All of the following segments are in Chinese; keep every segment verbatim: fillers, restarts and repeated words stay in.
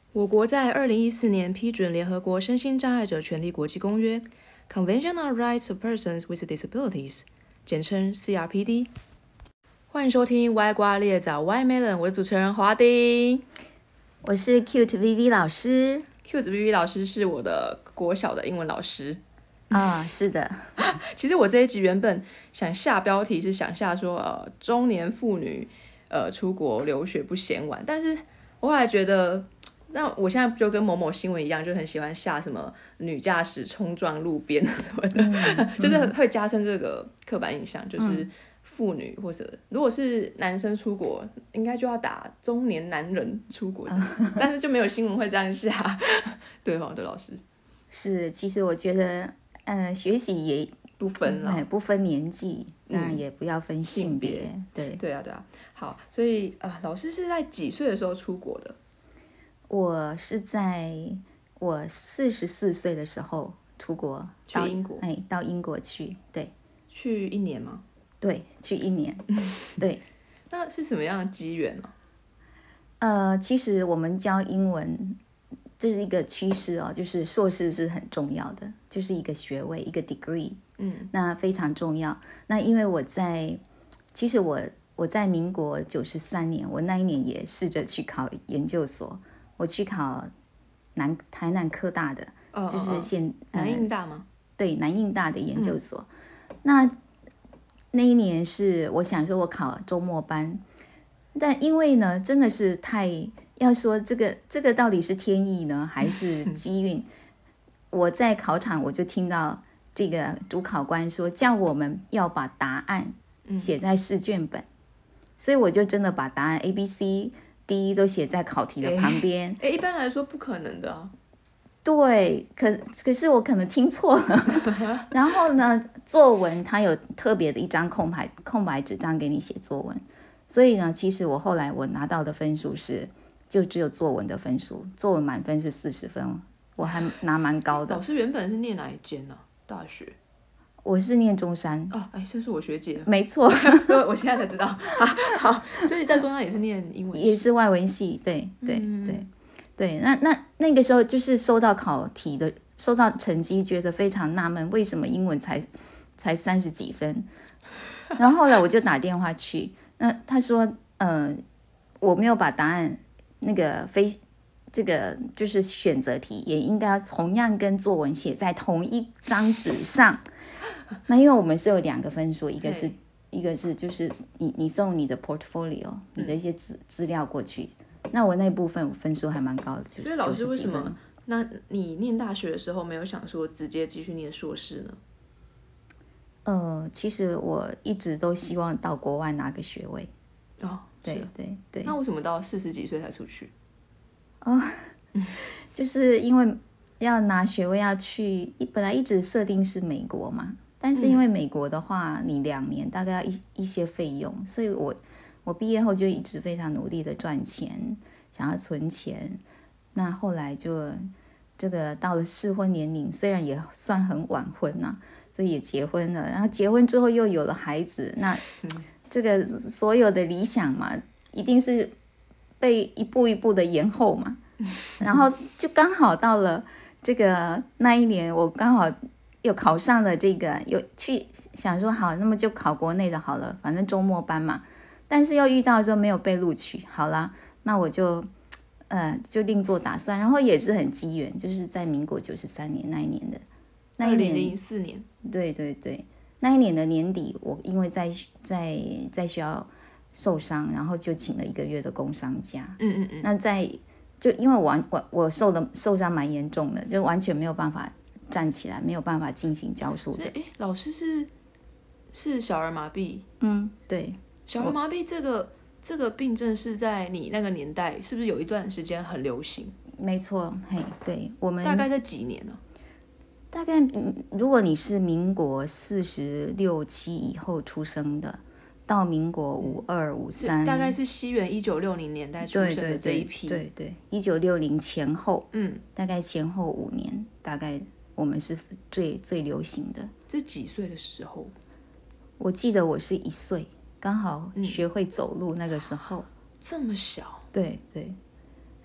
我国在二零一四年批准联合国身心障碍者权利国际公约 Convention on Rights of Persons with Disabilities， 简称 C R P D。 欢迎收听歪瓜裂枣 Y Melon， 我是主持人华丁， 我是 Cute V V 老师。 Cute V V 老师是我的国小的英文老师啊、哦，是的。 其实我这一集原本想下标题是想下说呃中年妇女呃出国留学不嫌晚，但是我后来觉得那我现在就跟某某新闻一样，就很喜欢下什么女驾驶冲撞路边什么的、嗯、就是会加深这个刻板印象，就是妇女或者如果是男生出国应该就要打中年男人出国、嗯、但是就没有新闻会这样下对吗？对，老师是，其实我觉得呃学习也不分了、 嗯、不分年纪，当然也不要分性别、嗯、对对啊对啊。好，所以啊，老师是在几岁的时候出国的？ 我是在我四十四岁的时候出国， 去英国， 哎，到英国去，对。 去一年吗？ 对，去一年。对。 那是什么样的机缘呢？ 呃，其实我们教英文这是一个趋势哦，就是硕士是很重要的，就是一个学位，一个 degree， 嗯，那非常重要。那因为我在，其实我我在民国九十三年，我那一年也试着去考研究所。我去考南台南科大的，哦、就是现、哦呃、南印大吗？ 对，南印大的研究所。嗯、那那一年是我想说我考周末班，但因为呢真的是太要说这个这个到底是天意呢还是机运？我在考场我就听到这个主考官说叫我们要把答案写在试卷本，嗯、所以我就真的把答案 A B C D 都写在考题的旁边。 哎、欸欸，一般来说不可能的啊。 对，可可是我可能听错了。然后呢，作文它有特别的一张空白空白纸张给你写作文，所以呢，其实我后来我拿到的分数是就只有作文的分数，作文满分是四十分，我还拿蛮高的。 老师原本是念哪一间呢、啊？大学？ 我是念中山。 哦，哎，这是我学姐。 没错。 我现在才知道。好，好，所以在中山也是念英文系， 也是外文系。对对、嗯、对对。那那那个时候就是收到考题的，收到成绩，觉得非常纳闷，为什么英文才才三十几分？然后后来我就打电话去，那他说，呃，我没有把答案那个非这个就是选择题也应该同样跟作文写在同一张纸上。那因为我们是有两个分数，一个是一个是就是你你送你的 portfolio， 你的一些资资料过去。那我那部分分数还蛮高的，就所以老师为什么？那你念大学的时候没有想说直接继续念硕士呢？ 呃，其实我一直都希望到国外拿个学位。 哦， 对对对。 那为什么到四十几岁才出去？ 哦，就是因为要拿学位要去，本来一直设定是美国嘛，但是因为美国的话，嗯、你两年大概要一一些费用，所以我我毕业后就一直非常努力的赚钱，想要存钱。那后来就这个到了适婚年龄，虽然也算很晚婚啊，所以也结婚了。然后结婚之后又有了孩子，那这个所有的理想嘛，一定是被一步一步的延后嘛。然后就刚好到了这个那一年，我刚好又考上了这个，有去想说好，那么就考国内的好了，反正周末班嘛。但是又遇到之后没有被录取，好啦，那我就呃就另做打算。然后也是很机缘，就是在民国九十三年那一年的那一年， 二零零四年， 对对对，那一年的年底，我因为在在在学校受伤，然后就请了一个月的工伤假。 嗯嗯嗯。 那在就因为我我我受的受伤蛮严重的，就完全没有办法站起来，没有办法进行教书的。 哎，老师是是小儿麻痹。 嗯，对。 小儿麻痹这个这个病症是在你那个年代是不是有一段时间很流行？ 没错，嘿，对，我们大概在几年呢？ 大概如果你是民国四十六七以后出生的，到民国五二五三， 大概是西元一九六零年代出生的这一批。 对对对，一九六零前后， 嗯， 大概前后五年，大概我们是最最流行的。 这几岁的时候？ 我记得我是一岁。刚好学会走路那个时候。 嗯、这么小？ 对对。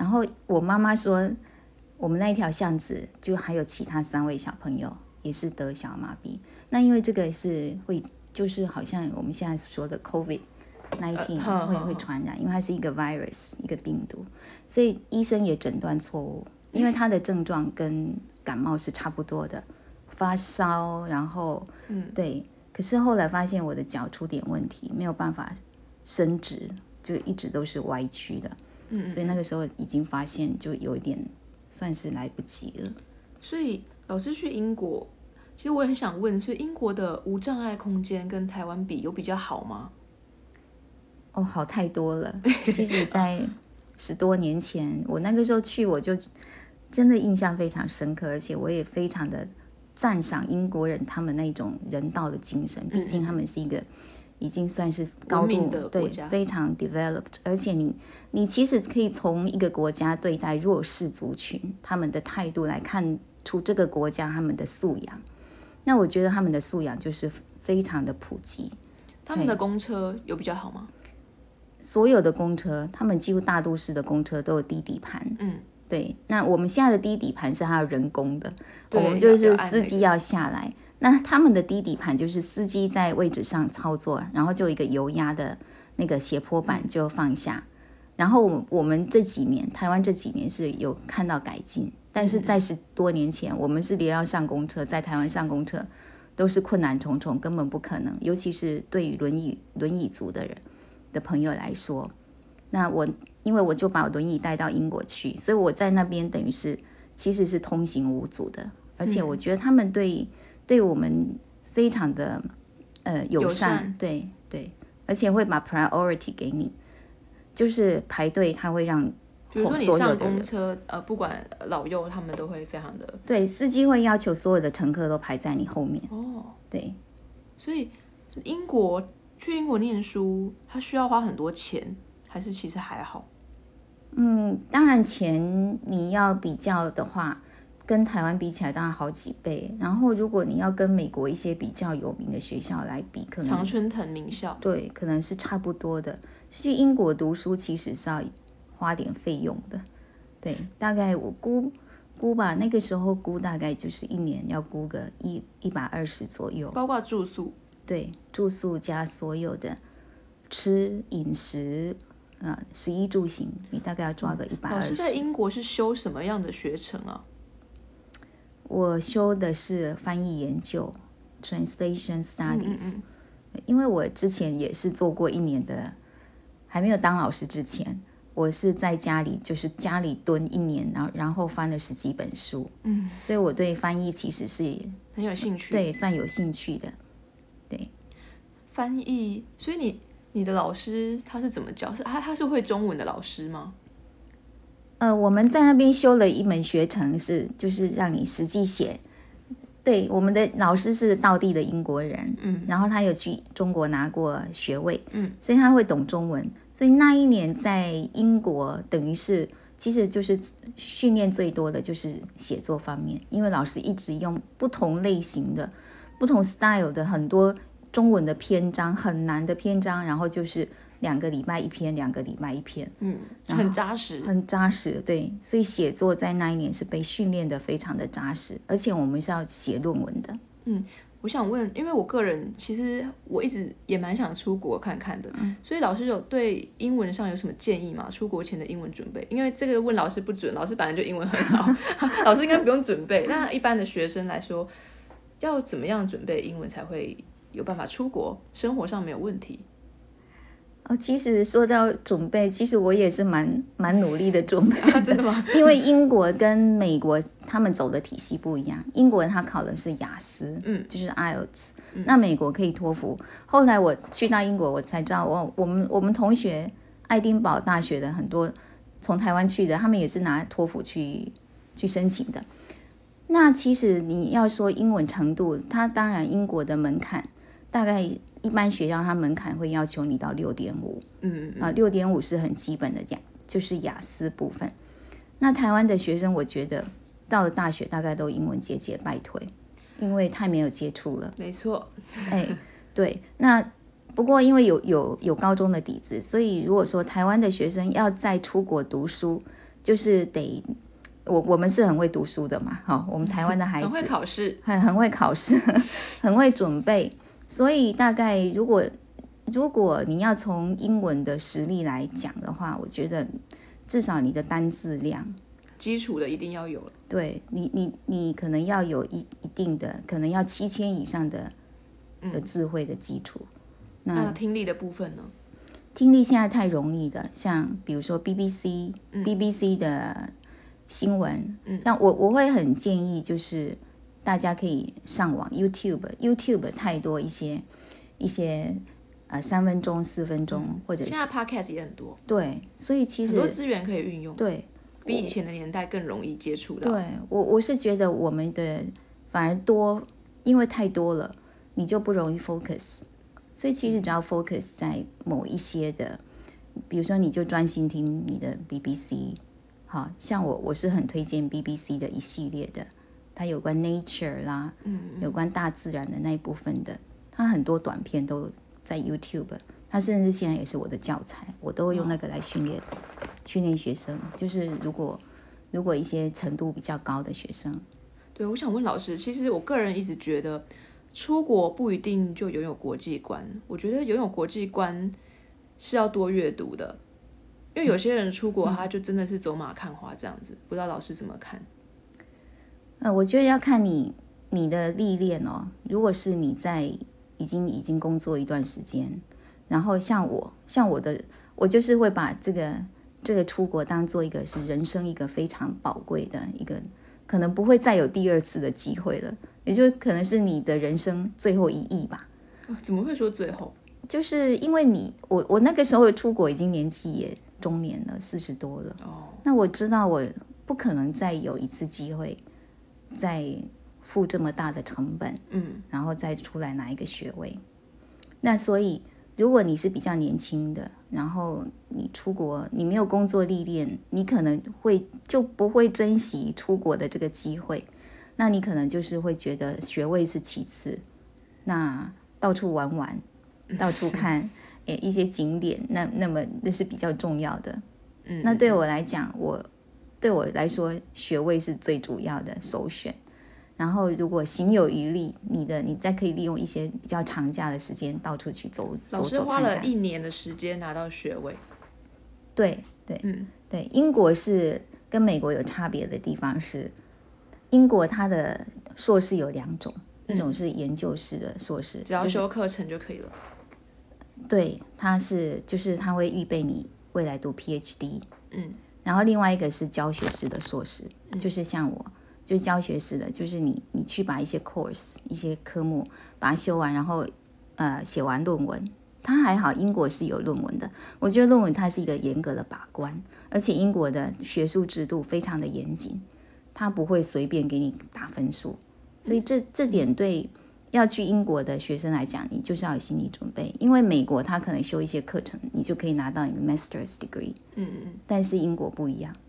然后我妈妈说，我们那一条巷子就还有其他三位小朋友也是得小儿麻痹。那因为这个是会，就是好像我们现在说的 COVID 十九、呃、会会传染，因为它是一个 virus 一个病毒，所以医生也诊断错误，因为它的症状跟感冒是差不多的，发烧，然后嗯对，可是后来发现我的脚出点问题，没有办法伸直，就一直都是歪曲的，嗯，所以那个时候已经发现，就有一点算是来不及了。 所以老师去英国，其实我也很想问，所以英国的无障碍空间跟台湾比有比较好吗？ 哦，好太多了。其实在十多年前我那个时候去，我就真的印象非常深刻，而且我也非常的赞赏英国人他们那种人道的精神，毕竟他们是一个已经算是高度的国家， 对，非常 developed， 而且你你其实可以从一个国家对待弱势族群他们的态度来看出这个国家他们的素养。那我觉得他们的素养就是非常的普及。 他们的公车有比较好吗？ 所有的公车，他们几乎大都市的公车都有低底盘。嗯，对。那我们现在的低底盘是还有人工的，我们就是司机要下来。那他们的低底盘就是司机在位置上操作，然后就有一个油压的那个斜坡板就放下。然后我我们这几年，台湾这几年是有看到改进，但是在十多年前，我们是连要上公车，在台湾上公车都是困难重重，根本不可能，尤其是对于轮椅轮椅族的人的朋友来说。那我因为我就把轮椅带到英国去，所以我在那边等于是其实是通行无阻的，而且我觉得他们对、嗯、对我们非常的呃友善，友善对对，而且会把 priority 给你，就是排队他会让比如说你上公车呃，不管老幼他们都会非常的， 对，司机会要求所有的乘客都排在你后面。 哦， 对， 所以英国去英国念书他需要花很多钱还是其实还好？ 嗯，当然钱你要比较的话跟台湾比起来当然好几倍，然后如果你要跟美国一些比较有名的学校来比，可能常春藤名校， 对，可能是差不多的。去英国读书其实是要花点费用的，对，大概我估估吧，那个时候估大概就是一年要估个一一百二十左右， 包括住宿， 对，住宿加所有的吃饮食呃，食衣住行，你大概要抓个一百二十。 老师在英国是修什么样的学程啊？ 我修的是翻译研究 （Translation Studies），、嗯嗯嗯、因为我之前也是做过一年的，还没有当老师之前，我是在家里就是家里蹲一年，然后然后翻了十几本书，嗯，所以我对翻译其实是很有兴趣， 对，算有兴趣的，对。 翻译，所以你你的老师他是怎么教？是他他是会中文的老师吗？ 呃，我们在那边修了一门学程是，就是让你实际写。对，我们的老师是道地的英国人，嗯，然后他有去中国拿过学位，嗯，所以他会懂中文。所以那一年在英国，等于是其实就是训练最多的就是写作方面，因为老师一直用不同类型的、不同 style 的很多中文的篇章，很难的篇章，然后就是两个礼拜一篇，两个礼拜一篇， 嗯，很扎实， 很扎实，对，所以写作在那一年是被训练的非常的扎实，而且我们是要写论文的。 嗯，我想问，因为我个人其实我一直也蛮想出国看看的，嗯，所以老师有对英文上有什么建议吗？出国前的英文准备，因为这个问老师不准，老师本来就英文很好，老师应该不用准备。那一般的学生来说，要怎么样准备英文才会有办法出国，生活上没有问题？ 哦，其实说到准备，其实我也是蛮蛮努力的准备的、 啊、真的吗？ 因为英国跟美国他们走的体系不一样，英国他考的是雅思，嗯，就是 I E L T S，、嗯、那美国可以托福。后来我去到英国，我才知道，我我们我们同学爱丁堡大学的很多从台湾去的，他们也是拿托福去去申请的。那其实你要说英文程度，它当然英国的门槛大概。一般学校它门槛会要求你到六点五，嗯啊，六点五是很基本的雅，就是雅思部分。那台湾的学生，我觉得到了大学大概都英文节节败退，因为太没有接触了。 没错， 哎，对。那不过因为有有有高中的底子，所以如果说台湾的学生要再出国读书， 就是得我我们是很会读书的嘛，好，我们台湾的孩子很会考试， 很很会考试，很会准备，所以大概如果如果你要从英文的实力来讲的话，我觉得至少你的单字量。 基础的一定要有了， 对你，你你可能要有一一定的，可能要七千以上的的智慧的基础。 嗯、那听力的部分呢？ 听力现在太容易的，像比如说 B B C、嗯、B B C 的新闻，嗯、像我我会很建议，就是大家可以上网 YouTube，YouTube 太多一些一些呃三分钟、四分钟、嗯、或者是现在 Podcast 也很多， 对，所以其实很多资源可以运用， 对。 比以前的年代更容易接触到。 对，我我是觉得我们的反而多，因为太多了，你就不容易 focus。所以其实只要 focus 在某一些的，比如说你就专心听你的 B B C， 好像我我是很推荐 B B C 的一系列的，它有关 nature 啦，嗯，有关大自然的那一部分的，它很多短片都在 YouTube。它甚至现在也是我的教材，我都会用那个来训练、哦、训练学生。就是如果如果一些程度比较高的学生， 对，我想问老师，其实我个人一直觉得出国不一定就拥有国际观，我觉得拥有国际观是要多阅读的，因为有些人出国他就真的是走马看花这样子，不知道老师怎么看？ 呃，我觉得要看你你的历练哦。如果是你在已经已经工作一段时间。然后像我，像我的，我就是会把这个这个出国当做一个是人生一个非常宝贵的一个，可能不会再有第二次的机会了，也就可能是你的人生最后一役吧。 哦、怎么会说最后？ 就是因为你，我我那个时候出国已经年纪也中年了，四十多了。哦，那我知道我不可能再有一次机会，再付这么大的成本，嗯，然后再出来拿一个学位。那所以。如果你是比较年轻的，然后你出国，你没有工作历练，你可能会就不会珍惜出国的这个机会，那你可能就是会觉得学位是其次，那到处玩玩，到处看诶一些景点，那那么那是比较重要的。那对我来讲，我对我来说，学位是最主要的首选。然后如果行有余力，你的你再可以利用一些比较长假的时间到处去走走走看看。 老师花了一年的时间拿到学位。 对对，嗯，对，英国是跟美国有差别的地方是，英国它的硕士有两种，一种是研究室的硕士， 只要修课程就可以了。 就是、对，它是就是它会预备你未来读 P H D， 嗯，然后另外一个是教学式的硕士，嗯、就是像我。就是教学式的，就是你你去把一些 course 一些科目把它修完，然后呃写完论文。它还好，英国是有论文的。我觉得论文它是一个严格的把关，而且英国的学术制度非常的严谨，它不会随便给你打分数。所以这这点对要去英国的学生来讲，你就是要有心理准备，因为美国它可能修一些课程，你就可以拿到你的 master's degree， 嗯嗯，但是英国不一样。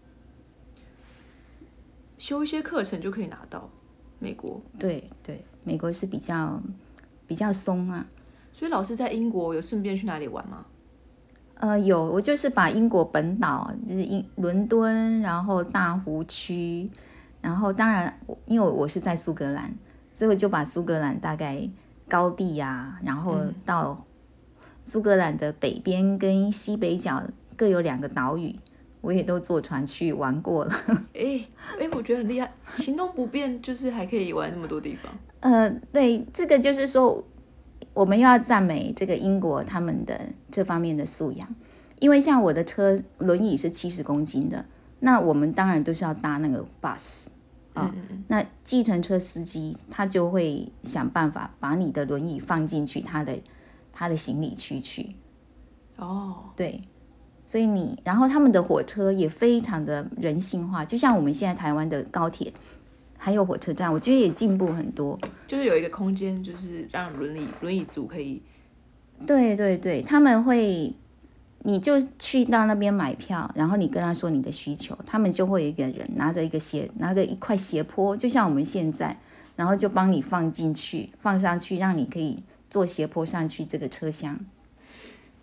修一些课程就可以拿到美国， 对对，美国是比较比较松啊。 所以老师在英国有顺便去哪里玩吗？ 呃，有，我就是把英国本岛，就是英伦敦，然后大湖区，然后当然因为我是在苏格兰，所以我就把苏格兰大概高地啊，然后到苏格兰的北边跟西北角各有两个岛屿。我也都坐船去玩过了。 哎哎，我觉得很厉害，行动不便就是还可以玩那么多地方。 呃，对，这个就是说，我们要赞美这个英国他们的这方面的素养，因为像我的车轮椅是七十公斤的，那我们当然都是要搭那个 bus 啊、哦嗯，那计程车司机他就会想办法把你的轮椅放进去他的他的行李区去。哦，对。所以你，然后他们的火车也非常的人性化，就像我们现在台湾的高铁，还有火车站，我觉得也进步很多。 就是有一个空间，就是让轮椅轮椅族可以。 对对对，他们会，你就去到那边买票，然后你跟他说你的需求，他们就会有一个人拿着一个斜，拿着一块斜坡，就像我们现在，然后就帮你放进去，放上去，让你可以坐斜坡上去这个车厢。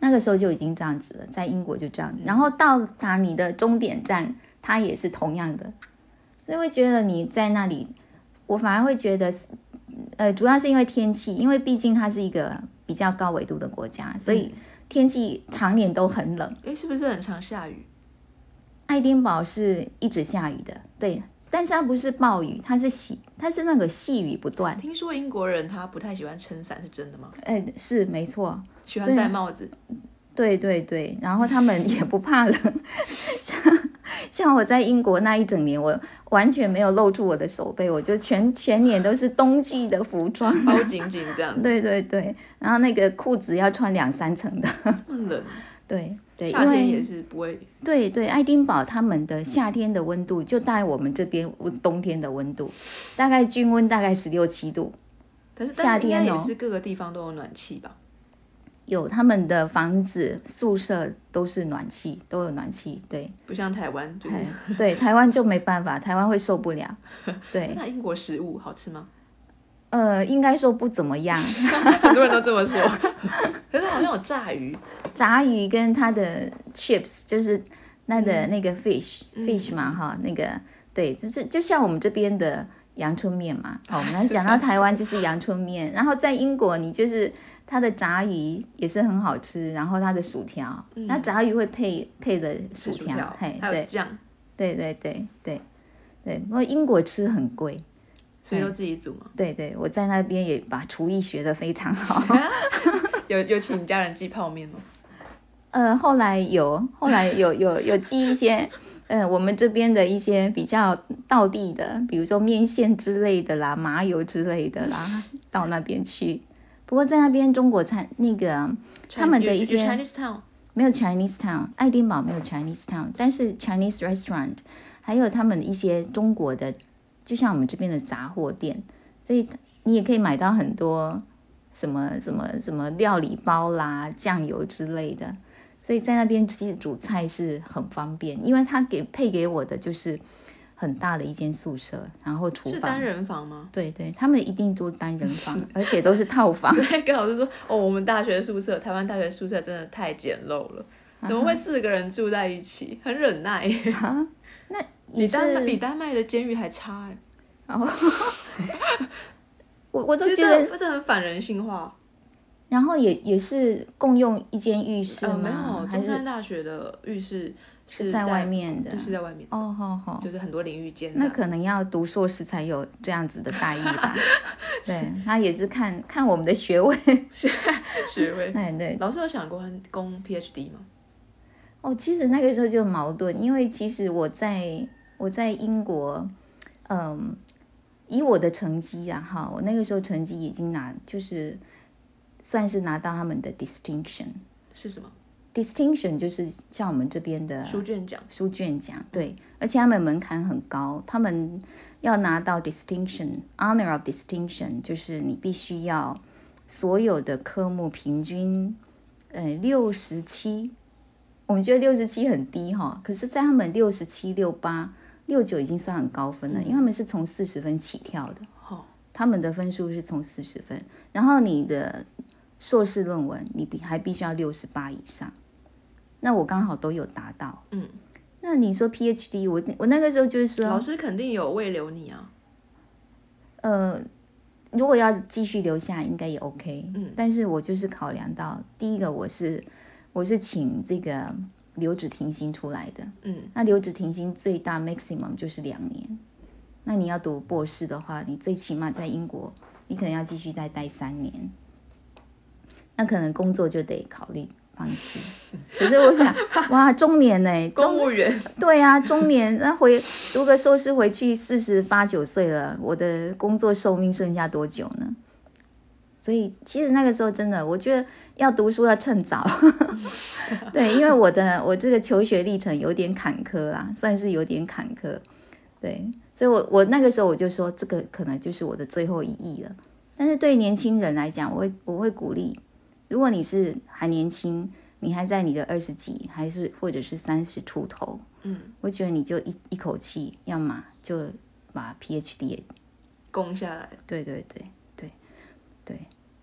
那个时候就已经这样子了，在英国就这样，然后到达你的终点站，它也是同样的，所以会觉得你在那里，我反而会觉得，呃，主要是因为天气，因为毕竟它是一个比较高纬度的国家，所以天气常年都很冷。 诶，是不是很常下雨？ 爱丁堡是一直下雨的，对，但是它不是暴雨，它是细，它是那个细雨不断。 听说英国人他不太喜欢撑伞，是真的吗？ 哎，是没错。 喜欢戴帽子。 对对对，然后他们也不怕冷，像像我在英国那一整年，我完全没有露出我的手背，我就全全年都是冬季的服装， 包紧紧这样。 对对对，然后那个裤子要穿两三层的。 这么冷？ 对对， 夏天也是不会。 对对，爱丁堡他们的夏天的温度就大概我们这边冬天的温度，大概均温大概十六七度。 但是夏天哦， 应该也是各个地方都有暖气吧？ 有，他们的房子宿舍都是暖气，都有暖气，对， 不像台湾，就是对，台湾就没办法，台湾会受不了。对， 那英国食物好吃吗？ 呃，应该说不怎么样， 很多人都这么说。可是好像有炸鱼， 炸鱼跟它的 chips 就是那的那个 fish、嗯、fish 嘛哈，那个对，就是就像我们这边的阳春面嘛。好，我们讲到台湾就是阳春面，然后在英国你就是它的炸鱼也是很好吃，然后它的薯条，嗯、那炸鱼会配配的薯条， 薯条嘿， 还有酱， 对对对对对，不过英国吃很贵。 所以都自己煮吗？ 对对，我在那边也把厨艺学得非常好。 有有请家人寄泡面吗？ 呃，后来有，后来有有有寄一些，呃，我们这边的一些比较道地的，比如说面线之类的啦，麻油之类的啦，到那边去。不过在那边中国餐那个他们的一些 Chinese Town 没有 Chinese Town， 爱丁堡没有 Chinese Town， 但是 Chinese Restaurant 还有他们一些中国的。就像我们这边的杂货店，所以你也可以买到很多什么什么什么料理包啦、酱油之类的，所以在那边其实煮菜是很方便，因为他给配给我的就是很大的一间宿舍，然后厨房是单人房吗？ 对对，他们一定都单人房，而且都是套房。 对，跟老师说哦，我们大学宿舍，台湾大学宿舍真的太简陋了，怎么会四个人住在一起？很忍耐。 啊，那比丹比丹麦的监狱还差哎。 然后我我都觉得不是很反人性化。 然后也也是共用一间浴室吗？ 呃、没有， 还是中山大学的浴室是在外面的， 就是在外面。 哦好好， 就是很多淋浴间。 那可能要读硕士才有这样子的待遇吧。对，他也是看看我们的学位。 学位。 对对。 老师有想过攻 P H D 吗？ 哦，其实那个时候就矛盾，因为其实我在我在英国，嗯，以我的成绩啊，哈，我那个时候成绩已经拿，就是算是拿到他们的 distinction。 是什么 ？distinction 就是像我们这边的书卷奖。 书卷奖，对，而且他们门槛很高，他们要拿到 distinction，honor of distinction， 就是你必须要所有的科目平均，呃，六十七。我们觉得六十七很低哈，可是在他们六十七、六八、六九已经算很高分了，因为他们是从四十分起跳的，他们的分数是从四十分，然后你的硕士论文你比还必须要六十八以上，那我刚好都有达到。嗯，那你说 P H D， 我我那个时候就是说， 老师肯定有未留你啊。 呃，如果要继续留下，应该也 OK。嗯，但是我就是考量到第一个，我是。我是请这个留职停薪出来的，嗯，那留职停薪最大 maximum 就是两年，那你要读博士的话，你最起码在英国，你可能要继续再待三年，那可能工作就得考虑放弃。可是我想，哇，中年呢、欸？ 公务员？ 对啊，中年，那回读个硕士回去四十八九岁了，我的工作寿命剩下多久呢？所以其实那个时候真的，我觉得要读书要趁早。对，因为我的我这个求学历程有点坎坷啦，算是有点坎坷。对，所以我我那个时候我就说，这个可能就是我的最后一役了。但是对年轻人来讲，我会我会鼓励，如果你是还年轻，你还在你的二十几，还是或者是三十出头，嗯，我觉得你就一一口气，要么就把 P H D 也攻下来。 对对对对对。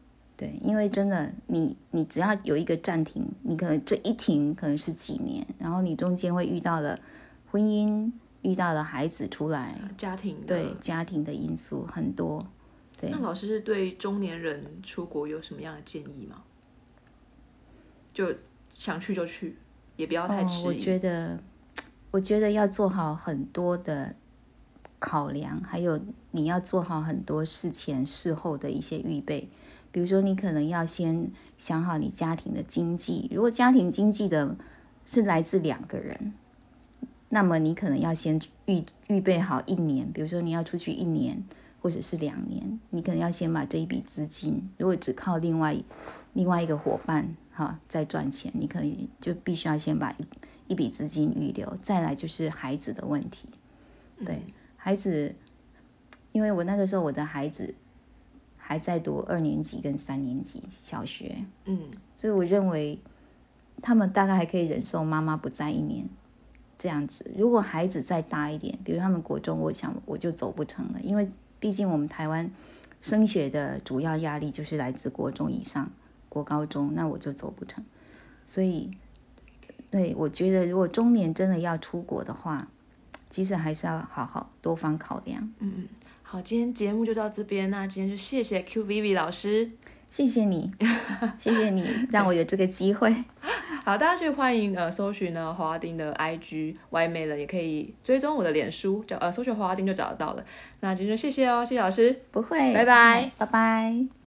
对，因为真的，你你只要有一个暂停，你可能这一停可能是几年，然后你中间会遇到了婚姻，遇到了孩子出来， 家庭的对家庭的因素很多。对， 那老师是对中年人出国有什么样的建议吗？就想去就去，也不要太迟疑。 哦，我觉得，我觉得要做好很多的考量，还有你要做好很多事前事后的一些预备。比如说，你可能要先想好你家庭的经济，如果家庭经济的是来自两个人，那么你可能要先预预备好一年，比如说你要出去一年或者是两年，你可能要先把这一笔资金，如果只靠另外另外一个伙伴哈在赚钱，你可能就必须要先把一一笔资金预留。再来就是孩子的问题，对、嗯、孩子，因为我那个时候我的孩子还在读二年级跟三年级小学， 嗯， 所以我认为他们大概还可以忍受妈妈不在一年这样子。如果孩子再大一点，比如他们国中，我想我就走不成了，因为毕竟我们台湾升学的主要压力就是来自国中以上，国高中，那我就走不成。所以对，我觉得如果中年真的要出国的话，其实还是要好好多方考量。 嗯，好，今天节目就到这边，那今天就谢谢 Q Vivi 老师， 谢谢你，谢谢你让我有这个机会。 好，大家去欢迎呃搜寻呢华丁的 I G Y 妹了，也可以追踪我的脸书，叫呃搜寻华丁就找得到了。那今天就谢谢哦，谢谢老师， 不会， 拜拜， 拜拜。